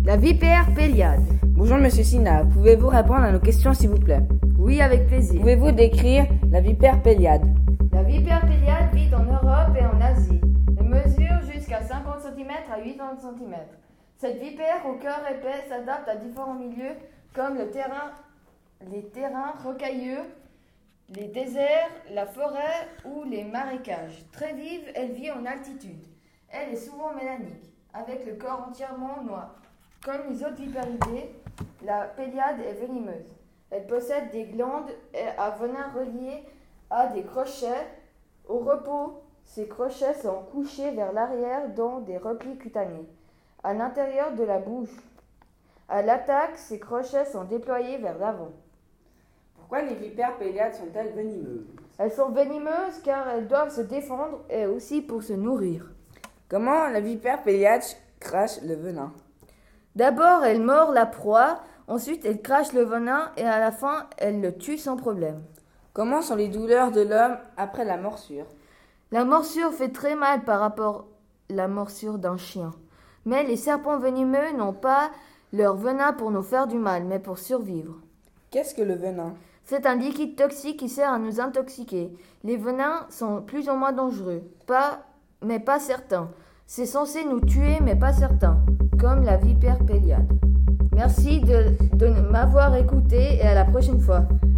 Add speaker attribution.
Speaker 1: La vipère péliade.
Speaker 2: Bonjour Monsieur Sina, pouvez-vous répondre à nos questions s'il vous plaît?
Speaker 1: Oui, avec plaisir.
Speaker 2: Pouvez-vous décrire la vipère péliade?
Speaker 1: La vipère péliade vit en Europe et en Asie. Elle mesure jusqu'à 50 cm à 80 cm. Cette vipère au cœur épais s'adapte à différents milieux comme les terrains rocailleux, les déserts, la forêt ou les marécages. Très vive, elle vit en altitude. Elle est souvent mélanique, avec le corps entièrement noir. Comme les autres vipéridés, la péliade est venimeuse. Elle possède des glandes à venin reliées à des crochets. Au repos, ces crochets sont couchés vers l'arrière dans des replis cutanés, à l'intérieur de la bouche. À l'attaque, ces crochets sont déployés vers l'avant.
Speaker 2: Pourquoi les vipères péliades sont-elles venimeuses?
Speaker 1: Elles sont venimeuses car elles doivent se défendre et aussi pour se nourrir.
Speaker 2: Comment la vipère péliade crache le venin?
Speaker 1: D'abord, elle mord la proie, ensuite elle crache le venin et à la fin, elle le tue sans problème.
Speaker 2: Comment sont les douleurs de l'homme après la morsure?
Speaker 1: La morsure fait très mal par rapport à la morsure d'un chien. Mais les serpents venimeux n'ont pas leur venin pour nous faire du mal, mais pour survivre.
Speaker 2: Qu'est-ce que le venin?
Speaker 1: C'est un liquide toxique qui sert à nous intoxiquer. Les venins sont plus ou moins dangereux, mais pas certains. C'est censé nous tuer, mais pas certains, comme la vipère péliade. Merci de m'avoir écouté et à la prochaine fois.